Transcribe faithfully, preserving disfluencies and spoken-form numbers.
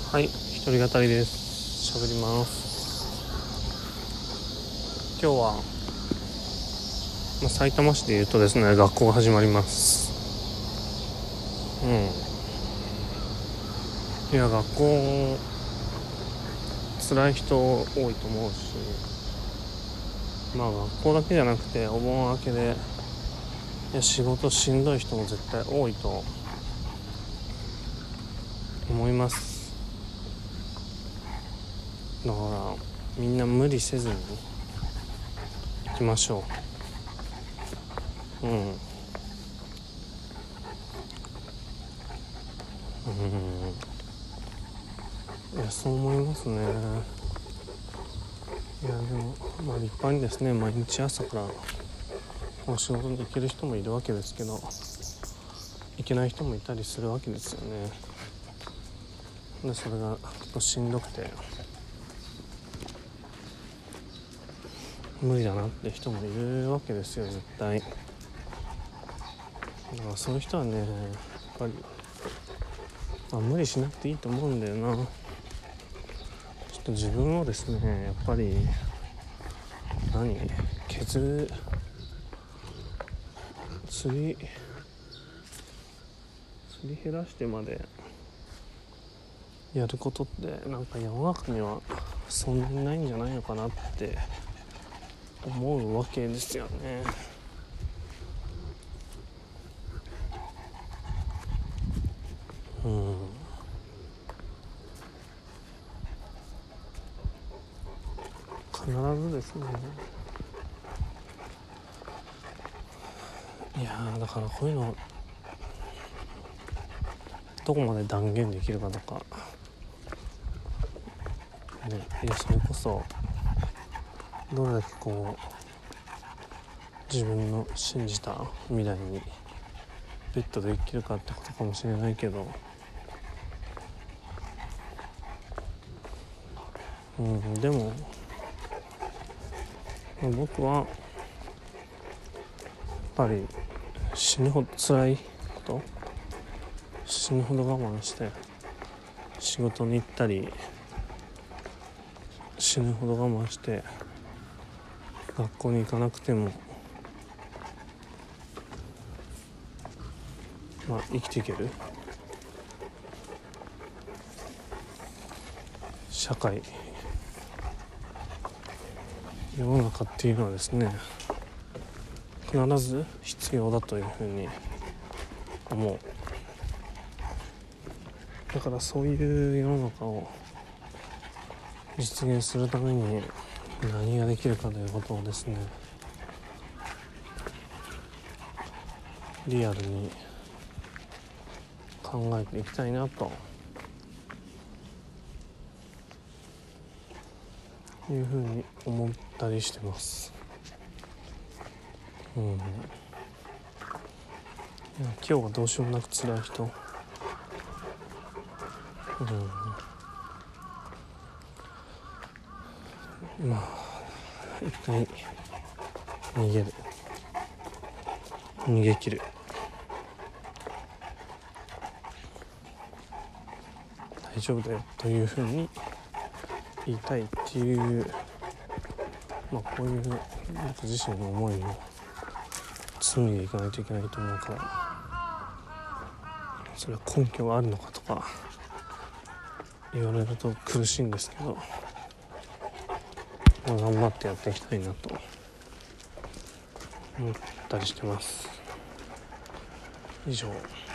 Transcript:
はい、一人語りです。喋ります。今日は、まあ、埼玉市で言うとですね、学校が始まります。うん。いや、学校辛い人多いと思うし、まあ学校だけじゃなくてお盆明けでいや仕事しんどい人も絶対多いと思います。だからみんな無理せずに行きましょう。うんうんいやそう思いますね。いやでもまあ立派にですね、毎日朝からお仕事に行ける人もいるわけですけど、行けない人もいたりするわけですよね。でそれが結構しんどくて無理だなって人もいるわけですよ、絶対。だからそういう人はね、やっぱり、まあ、無理しなくていいと思うんだよな。ちょっと自分をですね、やっぱり何削るすりすり減らしてまでやることってなんか世の中にはそんなにないんじゃないのかなって思うわけですよね。うん必ずですね。いやだからこういうのどこまで断言できるかとかね、いやそれこそどれだけこう自分の信じた未来にベッドで生きるかってことかもしれないけど、うん、でも僕はやっぱり死ぬほど辛いこと死ぬほど我慢して仕事に行ったり、死ぬほど我慢して学校に行かなくてもまあ生きていける社会、世の中っていうのはですね、必ず必要だというふうに思う。だからそういう世の中を実現するために何ができるかということをですね、リアルに考えていきたいなというふうに思ったりしてます。うん、いや今日はどうしようもなく辛い人、うん、まあ一回逃げる逃げ切る大丈夫だよというふうに言いたいっていう、まあこういう僕自身の思いを紡いでいかないといけないと思うから、それは根拠があるのかとか言われると苦しいんですけど、まあ、頑張ってやっていきたいなと思ったりしてます。以上。